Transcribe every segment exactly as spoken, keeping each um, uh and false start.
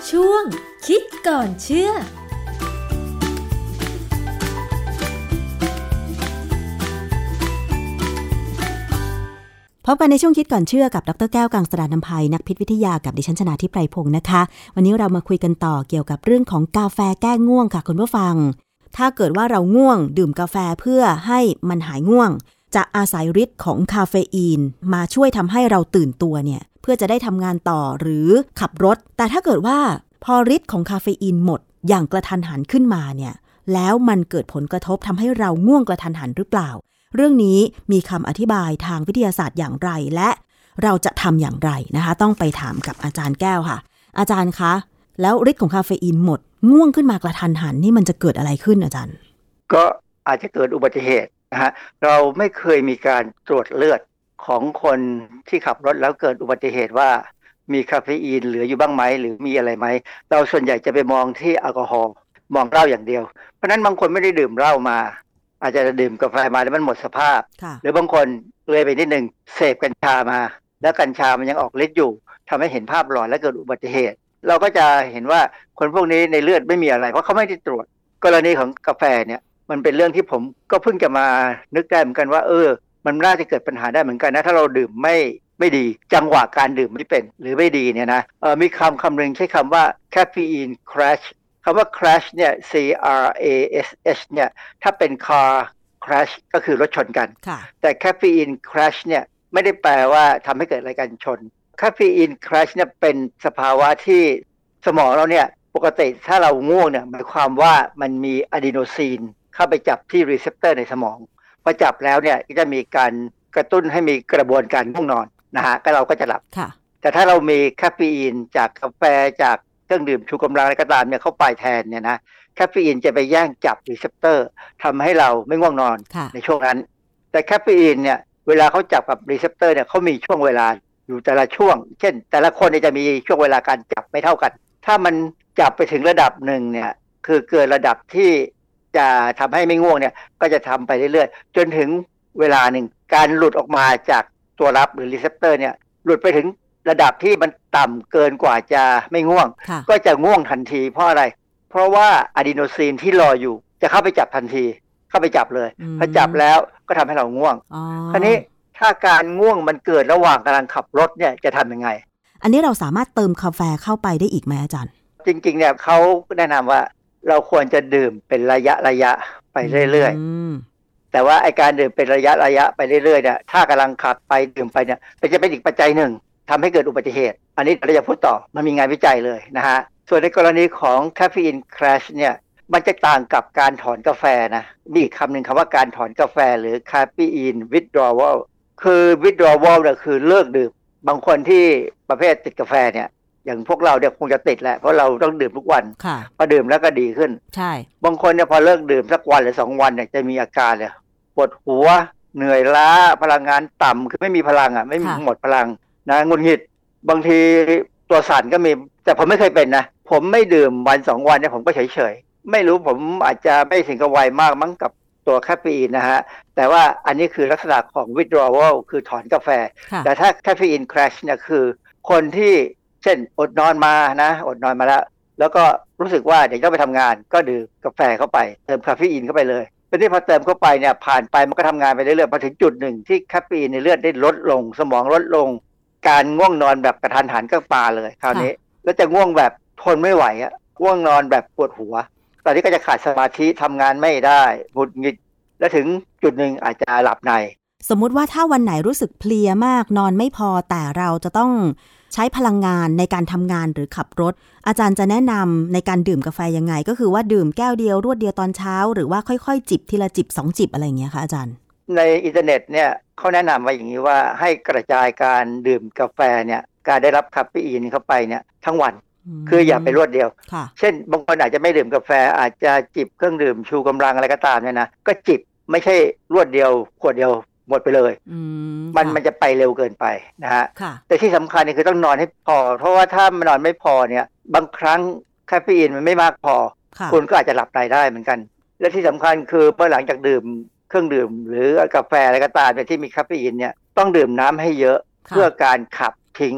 ช่วงคิดก่อนเชื่อพบกันในช่วงคิดก่อนเชื่อกับดรแก้วกังสดาลอำไพนักพิษวิทยากับดิฉันชนาธิปไพพงศ์นะคะวันนี้เรามาคุยกันต่อเกี่ยวกับเรื่องของกาแฟแก้ง่วงค่ะคุณผู้ฟังถ้าเกิดว่าเราง่วงดื่มกาแฟเพื่อให้มันหายง่วงจะอาศัยฤทธิ์ของคาเฟอีนมาช่วยทำให้เราตื่นตัวเนี่ยเพื่อจะได้ทำงานต่อหรือขับรถแต่ถ้าเกิดว่าพอฤทธิ์ของคาเฟอีนหมดอย่างกระทันหันขึ้นมาเนี่ยแล้วมันเกิดผลกระทบทำให้เราง่วงกระทันหันหรือเปล่าเรื่องนี้มีคำอธิบายทางวิทยาศาสตร์อย่างไรและเราจะทำอย่างไรนะคะต้องไปถามกับอาจารย์แก้วค่ะอาจารย์คะแล้วฤทธิ์ของคาเฟอีนหมดง่วงขึ้นมากระทันหันนี่มันจะเกิดอะไรขึ้นอาจารย์ก็อาจจะเกิดอุบัติเหตุนะฮะเราไม่เคยมีการตรวจเลือดของคนที่ขับรถแล้วเกิดอุบัติเหตุว่ามีคาเฟอีนเหลืออยู่บ้างไหมหรือมีอะไรไหมเราส่วนใหญ่จะไปมองที่แอลกอฮอล์มองเหล้าอย่างเดียวเพราะนั้นบางคนไม่ได้ดื่มเหล้ามาอาจจะดื่มกาแฟมาแล้วมันหมดสภาพหรือบางคนเลยไปนิดนึงเสพกัญชามาแล้วกัญชามันยังออกฤทธิ์อยู่ทำให้เห็นภาพหลอนและเกิดอุบัติเหตุเราก็จะเห็นว่าคนพวกนี้ในเลือดไม่มีอะไรเพราะเขาไม่ได้ตรวจกรณีของกาแฟเนี่ยมันเป็นเรื่องที่ผมก็เพิ่งจะมานึกได้เหมือนกันว่าเออมันน่าจะเกิดปัญหาได้เหมือนกันนะถ้าเราดื่มไม่ไม่ดีจังหวะการดื่มไม่เป็นหรือไม่ดีเนี่ยนะเออมีคำคำหนึ่งใช้คำว่า caffeine crash คำว่า crash เนี่ย C R A S H เนี่ยถ้าเป็น car crash ก็คือรถชนกันแต่ caffeine crash เนี่ยไม่ได้แปลว่าทำให้เกิดอะไรกันชน caffeine crash เนี่ยเป็นสภาวะที่สมองเราเนี่ยปกติถ้าเราง่วงเนี่ยหมายความว่ามันมีอะดีโนซีนเข้าไปจับที่รีเซพเตอร์ในสมองพอจับแล้วเนี่ยก็จะมีการกระตุ้นให้มีกระบวนการง่วงนอนนะฮะก็เราก็จะหลับแต่ถ้าเรามีคาเฟอีนจากกาแฟจากเครื่องดื่มชูกำลังอะไรก็ตามเนี่ยเข้าไปแทนเนี่ยนะคาเฟอีนจะไปแย่งจับรีเซพเตอร์ทำให้เราไม่ง่วงนอนในช่วงนั้นแต่คาเฟอีนเนี่ยเวลาเขาจับกับรีเซพเตอร์เนี่ยเขามีช่วงเวลาอยู่แต่ละช่วงเช่นแต่ละคนจะมีช่วงเวลาการจับไม่เท่ากันถ้ามันจับไปถึงระดับหนึ่งเนี่ยคือเกินระดับที่จะทำให้ไม่ง่วงเนี่ยก็จะทำไปเรื่อยๆจนถึงเวลาหนึ่งการหลุดออกมาจากตัวรับหรือรีเซพเตอร์เนี่ยหลุดไปถึงระดับที่มันต่ำเกินกว่าจะไม่ง่วงก็จะง่วงทันทีเพราะอะไรเพราะว่าอะดีโนซีนที่รออยู่จะเข้าไปจับทันทีเข้าไปจับเลยพอจับแล้วก็ทำให้เราง่วงคราวนี้ถ้าการง่วงมันเกิดระหว่างกำลังขับรถเนี่ยจะทำยังไงอันนี้เราสามารถเติมกาแฟเข้าไปได้อีกไหมอาจารย์จริงๆเนี่ยเขาแนะนำว่าเราควรจะดื่มเป็นระยะระยะไปเรื่อยๆแต่ว่าไอการดื่มเป็นระยะระยะไปเรื่อยๆเนี่ยถ้ากำลังขับไปดื่มไปเนี่ยมันจะเป็นอีกปัจจัยหนึ่งทำให้เกิดอุบัติเหตุอันนี้เราจะพูดต่อมันมีงานวิจัยเลยนะฮะส่วนในกรณีของ caffeine crash เนี่ยมันจะต่างกับการถอนกาแฟนะมีอีกคำหนึ่งคำว่าการถอนกาแฟหรือ caffeine withdrawal คือ withdrawal เนี่ยคือเลิกดื่มบางคนที่ประเภทติดกาแฟเนี่ยอย่างพวกเราเนี่ยคงจะติดแหละเพราะเราต้องดื่มทุกวันพอดื่มแล้วก็ดีขึ้นใช่บางคนเนี่ยพอเลิกดื่มสักวันหรือสองวันเนี่ยจะมีอาการเลยปวดหัวเหนื่อยล้าพลังงานต่ำคือไม่มีพลังอ่ะไม่มีหมดพลังนะงุนหงิดบางทีตัวสั่นก็มีแต่ผมไม่เคยเป็นนะผมไม่ดื่มวันสองวันเนี่ยผมก็เฉยๆไม่รู้ผมอาจจะไม่ถึงกับไวมากมั้งกับตัวคาเฟอีนนะฮะแต่ว่าอันนี้คือลักษณะของ withdrawal คือถอนกาแฟแต่ถ้า caffeine crash เนี่ยคือคนที่เช่นอดนอนมานะอดนอนมาแล้วแล้วก็รู้สึกว่าเดี๋ยวต้องไปทำงานก็ดื่มกาแฟเข้าไปเติมคาเฟอีนเข้าไปเลยเป็นที่พอเติมเข้าไปเนี่ยผ่านไปมันก็ทำงานไปเรื่อยๆพอถึงจุดหนึ่งที่คาเฟอีนในเลือดได้ลดลงสมองลดลงการง่วงนอนแบบกระทันหันก็มาเลยคราวนี้แล้วจะง่วงแบบทนไม่ไหวอะง่วงนอนแบบปวดหัวตอนนี้ก็จะขาดสมาธิทำงานไม่ได้หงุดหงิดและถึงจุดหนึ่งอาจจะหลับในสมมุติว่าถ้าวันไหนรู้สึกเพลียมากนอนไม่พอแต่เราจะต้องใช้พลังงานในการทำงานหรือขับรถอาจารย์จะแนะนำในการดื่มกาแฟยังไงก็คือว่าดื่มแก้วเดียวรวดเดียวตอนเช้าหรือว่าค่อยๆจิบทีละจิบสองจิบอะไรอย่างเงี้ยคะอาจารย์ในอินเทอร์เน็ตเนี่ยเขาแนะนำว่าอย่างนี้ว่าให้กระจายการดื่มกาแฟเนี่ยการได้รับคาเฟอีนเข้าไปเนี่ยทั้งวันคืออย่าไปรวดเดียวเช่นบางคนอาจจะไม่ดื่มกาแฟอาจจะจิบเครื่องดื่มชูกำลังอะไรก็ตามเนี่ยนะก็จิบไม่ใช่รวดเดียวขวดเดียวหมดไปเลยมันมันจะไปเร็วเกินไปนะฮะแต่ที่สำคัญนี่คือต้องนอนให้พอเพราะว่าถ้ามันนอนไม่พอเนี่ยบางครั้งคาเฟอีนมันไม่มากพอคุณก็อาจจะหลับในได้เหมือนกันและที่สำคัญคือเมื่อหลังจากดื่มเครื่องดื่มหรือกาแฟอะไรก็ตามที่มีคาเฟอีนเนี่ยต้องดื่มน้ำให้เยอะเพื่อการขับทิ้ง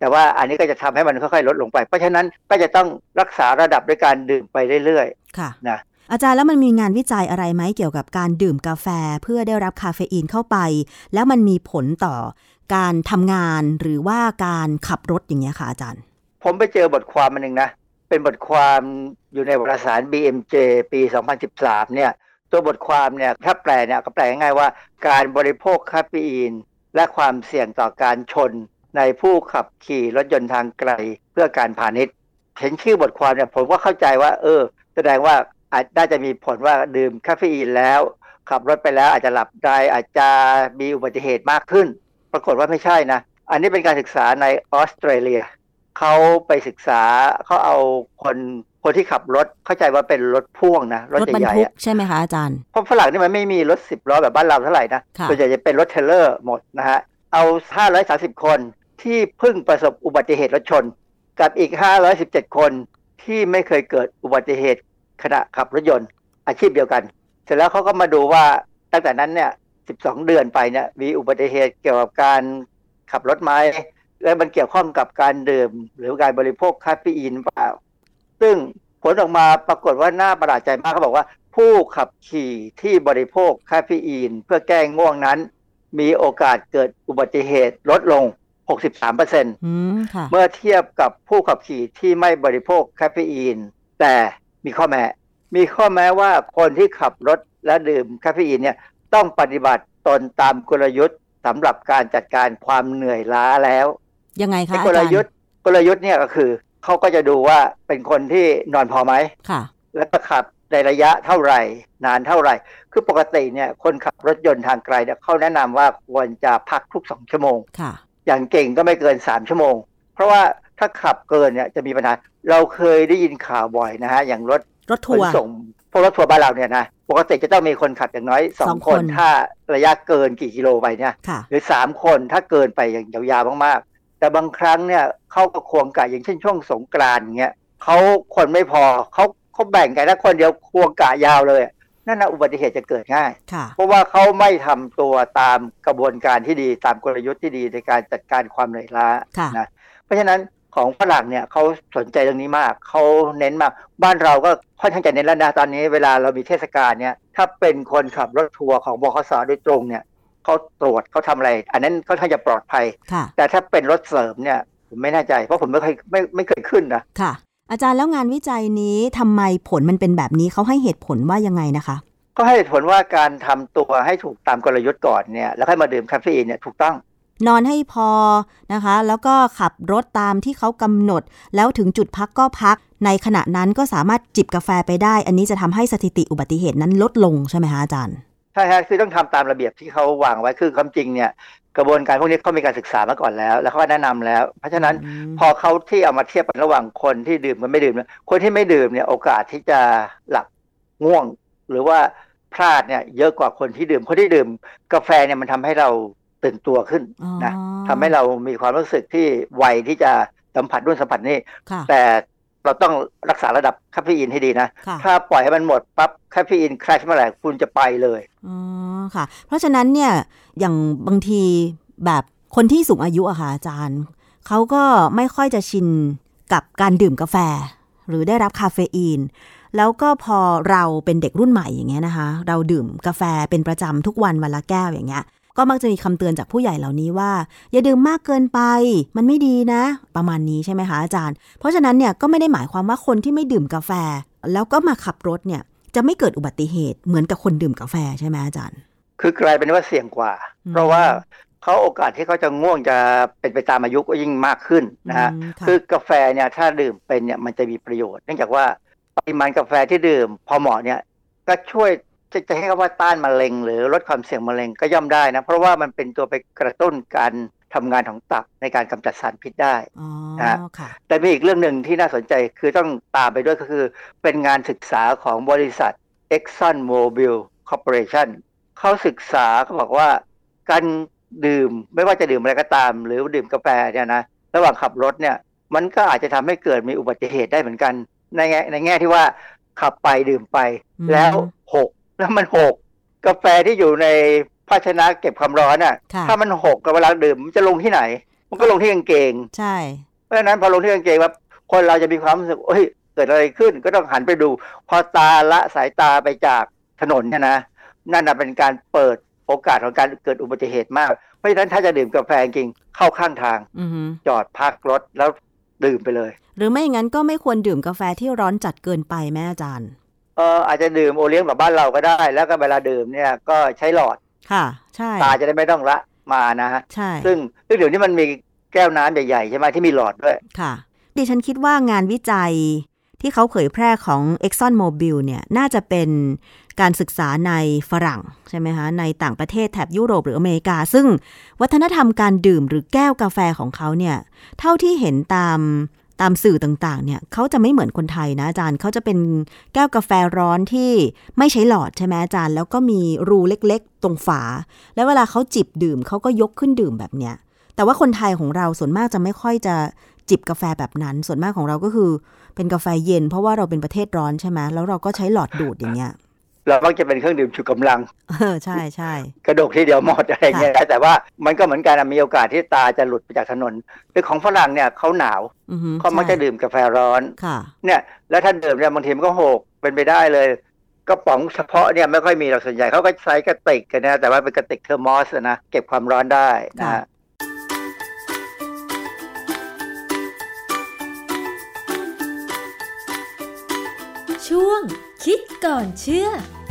แต่ว่าอันนี้ก็จะทำให้มันค่อยๆลดลงไปเพราะฉะนั้นก็จะต้องรักษาระดับด้วยการดื่มไปเรื่อยๆค่ะนะอาจารย์แล้วมันมีงานวิจัยอะไรไหมเกี่ยวกับการดื่มกาแฟเพื่อได้รับคาเฟอีนเข้าไปแล้วมันมีผลต่อการทำงานหรือว่าการขับรถอย่างเงี้ยค่ะอาจารย์ผมไปเจอบทความมันนึงนะเป็นบทความอยู่ในวารสาร บี เอ็ม เจ ปี สองพันสิบสาม เนี่ยตัวบทความเนี่ยถ้าแปลเนี่ยก็แปลง่ายๆว่าการบริโภคคาเฟอีนและความเสี่ยงต่อการชนในผู้ขับขี่รถยนต์ทางไกลเพื่อการพาณิชย์เห็นชื่อบทความเนี่ยผมก็เข้าใจว่าเออแสดงว่าอาจน่าจะมีผลว่าดื่มคาเฟอีนแล้วขับรถไปแล้วอาจจะหลับในอาจจะมีอุบัติเหตุมากขึ้นปรากฏว่าไม่ใช่นะอันนี้เป็นการศึกษาในออสเตรเลียเขาไปศึกษาเขาเอาคนคนที่ขับรถเข้าใจว่าเป็นรถพ่วงนะรถใหญ่ๆใช่ไหมคะอาจารย์เพราะฝรั่งนี่มันไม่มีรถสิบล้อแบบบ้านเราเท่าไหร่นะส่วนใหญ่จะเป็นรถเทรลเลอร์หมดนะฮะเอาห้าร้อยสามสิบคนที่เพิ่งประสบอุบัติเหตุรถชนกับอีกห้าร้อยสิบเจ็ดคนที่ไม่เคยเกิดอุบัติเหตุขณะขับรถยนต์อาชีพเดียวกันเสร็จแล้วเขาก็มาดูว่าตั้งแต่นั้นเนี่ยสิบสองเดือนไปเนี่ยมีอุบัติเหตุเกี่ยวกับการขับรถไหมและมันเกี่ยวข้องกับการดื่มหรือการบริโภคคาเฟอีนเปล่าซึ่งผลออกมาปรากฏว่าน่าประหลาดใจมากเขาบอกว่าผู้ขับขี่ที่บริโภคคาเฟอีนเพื่อแก้ง่วงนั้นมีโอกาสเกิดอุบัติเหตุลดลง หกสิบสามเปอร์เซ็นต์อืมค่ะเมื่อเทียบกับผู้ขับขี่ที่ไม่บริโภคคาเฟอีนแต่มีข้อแม้มีข้อแม้ว่าคนที่ขับรถและดื่มคาเฟอีนเนี่ยต้องปฏิบัติตนตามกลยุทธ์สำหรับการจัดการความเหนื่อยล้าแล้วยังไงคะอาจารย์กลยุทธ์กลยุทธ์เนี่ยก็คือเขาก็จะดูว่าเป็นคนที่นอนพอไหมค่ะและก็ขับในระยะเท่าไหร่นานเท่าไหร่คือปกติเนี่ยคนขับรถยนต์ทางไกลเนี่ยเขาแนะนำว่าควรจะพักทุกสองชั่วโมงค่ะอย่างเก่งก็ไม่เกินสามชั่วโมงเพราะว่าถ้าขับเกินเนี่ยจะมีปัญหาเราเคยได้ยินข่าวบ่อยนะฮะอย่างรถรถทัวร์ส่งพวกรถทัวร์บ้านเราเนี่ยนะปกติจะต้องมีคนขับอย่างน้อยสองคนถ้าระยะเกินกี่กิโลไปเนี่ยหรือสามคนถ้าเกินไปอย่างยาวๆมากๆแต่บางครั้งเนี่ยเขาก็ควงกะอย่างเช่นช่วงสงกรานต์เงี้ยเขาคนไม่พอเขาเขาแบ่งกันถ้าคนเดียวควงกะยาวเลยนั่นนะอุบัติเหตุจะเกิดง่ายเพราะว่าเขาไม่ทำตัวตามกระบวนการที่ดีตามกลยุทธ์ที่ดีในการจัดการความเหนื่อยล้านะเพราะฉะนั้นของฝรั่งเนี่ยเขาสนใจเรื่องนี้มากเขาเน้นมากบ้านเราก็ค่อนข้างจะเน้นแล้วนะตอนนี้เวลาเรามีเทศกาลเนี่ยถ้าเป็นคนขับรถทัวร์ของบขส.โดยตรงเนี่ยเขาตรวจเขาทำอะไรอันนั้นค่อนข้างจะปลอดภัยแต่ถ้าเป็นรถเสริมเนี่ยผมไม่แน่ใจเพราะผมไม่เคยไม่ไม่เคยขึ้นนะค่ะอาจารย์แล้วงานวิจัยนี้ทำไมผลมันเป็นแบบนี้เขาให้เหตุผลว่ายังไงนะคะก็ให้เหตุผลว่าการทำตัวให้ถูกตามกลยุทธ์ก่อนเนี่ยแล้วค่อยมาดื่มคาเฟอีนเนี่ยถูกต้องนอนให้พอนะคะแล้วก็ขับรถตามที่เขากำหนดแล้วถึงจุดพักก็พักในขณะนั้นก็สามารถจิบกาแฟไปได้อันนี้จะทำให้สถิติอุบัติเหตุนั้นลดลงใช่ไหมคะอาจารย์ใช่ฮะคือต้องทำตามระเบียบที่เขาวางไว้คือความจริงเนี่ยกระบวนการพวกนี้เขามีการศึกษามาก่อนแล้วแล้วเขาแนะนำแล้วเพราะฉะนั้นพอเขาที่เอามาเทียบกันระหว่างคนที่ดื่มกับไม่ดื่มคนที่ไม่ดื่มเนี่ยโอกาสที่จะหลับง่วงหรือว่าพลาดเนี่ยเยอะกว่าคนที่ดื่มคนที่ดื่มกาแฟเนี่ยมันทำให้เราตื่นตัวขึ้นนะทำให้เรามีความรู้สึกที่ไวที่จะสัมผัสด้วยสัมผัสนี่แต่เราต้องรักษาระดับคาเฟอีนให้ดีนะถ้าปล่อยให้มันหมดปั๊บคาเฟอีนแครชเมื่อไหร่คุณจะไปเลยอ๋อค่ะเพราะฉะนั้นเนี่ยอย่างบางทีแบบคนที่สูงอายุอะค่ะอาจารย์เขาก็ไม่ค่อยจะชินกับการดื่มกาแฟหรือได้รับคาเฟอีนแล้วก็พอเราเป็นเด็กรุ่นใหม่อย่างเงี้ยนะคะเราดื่มกาแฟเป็นประจำทุกวันวันละแก้วอย่างเงี้ยก็มักจะมีคำเตือนจากผู้ใหญ่เหล่านี้ว่าอย่าดื่มมากเกินไปมันไม่ดีนะประมาณนี้ใช่ไหมคะอาจารย์เพราะฉะนั้นเนี่ยก็ไม่ได้หมายความว่าคนที่ไม่ดื่มกาแฟแล้วก็มาขับรถเนี่ยจะไม่เกิดอุบัติเหตุเหมือนกับคนดื่มกาแฟใช่ไหมอาจารย์คือกลายเป็นว่าเสี่ยงกว่าเพราะว่าเขาโอกาสที่เขาจะง่วงจะเป็นไปตามอายุก็ยิ่งมากขึ้นนะฮะคือกาแฟเนี่ยถ้าดื่มเป็นเนี่ยมันจะมีประโยชน์เนื่องจากว่าปริมาณกาแฟที่ดื่มพอเหมาะเนี่ยก็ช่วยจะจะให้คำว่าต้านมะเร็งหรือลดความเสี่ยงมะเร็งก็ย่อมได้นะเพราะว่ามันเป็นตัวไปกระตุ้นการทำงานของตับในการกำจัดสารพิษได้นะแต่มีอีกเรื่องหนึ่งที่น่าสนใจคือต้องตามไปด้วยก็คือเป็นงานศึกษาของบริษัท Exxon Mobil Corporation เขาศึกษาเขาบอกว่าการดื่มไม่ว่าจะดื่มอะไรก็ตามหรือดื่มกาแฟเนี่ยนะระหว่างขับรถเนี่ยมันก็อาจจะทำให้เกิดมีอุบัติเหตุได้เหมือนกันในแง่ในแง่ที่ว่าขับไปดื่มไปแล้วหกแล้วมันหกกาแฟที่อยู่ในภาชนะเก็บความร้อนอ่ะถ้ามันหกกับเวลาดื่มมันจะลงที่ไหนมันก็ลงที่กางเกงใช่เพราะฉะนั้นพอลงที่กางเกงว่าคนเราจะมีความรู้สึกเฮ้ยเกิดอะไรขึ้นก็ต้องหันไปดูพอตาละสายตาไปจากถนนเนี่ยนะนั่นเป็นการเปิดโอกาสของการเกิดอุบัติเหตุมากเพราะฉะนั้นถ้าจะดื่มกาแฟจริงเข้าข้างทางจอดพักรถแล้วดื่มไปเลยหรือไม่งั้นก็ไม่ควรดื่มกาแฟที่ร้อนจัดเกินไปแม่อาจารย์เอออาจจะดื่มโอเลี้ยงแบบบ้านเราก็ได้แล้วก็เวลาดื่มเนี่ยก็ใช้หลอดค่ะใช่ตาจะได้ไม่ต้องละมานะฮะใช่ซึ่งซึ่งเดี๋ยวนี้มันมีแก้วน้ำใหญ่ๆใช่ไหมที่มีหลอดด้วยค่ะดิฉันคิดว่างานวิจัยที่เขาเผยแพร่ของ Exxon Mobil เนี่ยน่าจะเป็นการศึกษาในฝรั่งใช่ไหมคะในต่างประเทศแถบยุโรปหรืออเมริกาซึ่งวัฒนธรรมการดื่มหรือแก้วกาแฟของเขาเนี่ยเท่าที่เห็นตามตามสื่อต่างๆเนี่ยเขาจะไม่เหมือนคนไทยนะอาจารย์เขาจะเป็นแก้วกาแฟร้อนที่ไม่ใช้หลอดใช่ไหมอาจารย์แล้วก็มีรูเล็กๆตรงฝาแล้วเวลาเขาจิบดื่มเขาก็ยกขึ้นดื่มแบบเนี้ยแต่ว่าคนไทยของเราส่วนมากจะไม่ค่อยจะจิบกาแฟแบบนั้นส่วนมากของเราก็คือเป็นกาแฟเย็นเพราะว่าเราเป็นประเทศร้อนใช่ไหมแล้วเราก็ใช้หลอดดูดอย่างเงี้ยเรามักจะเป็นเครื่องดื่มชูกำลังเออใช่ใช่กระดกทีเดียวหมดอะไรเงี้ยแต่ว่ามันก็เหมือนกันมีโอกาสที่ตาจะหลุดไปจากถนนแต่ของฝรั่งเนี่ยเขาหนาวเขามักจะดื่มกาแฟร้อนเนี่ยแล้วท่านดื่มเนี่ยบางทีมันก็หกเป็นไปได้เลยกระป๋องเฉพาะเนี่ยไม่ค่อยมีหรอกส่วนใหญ่เขาก็ใช้กระติกกันนะแต่ว่าเป็นกระติกเทอร์มอสนะเก็บความร้อนได้นะช่วงคิดก่อนเชื่อ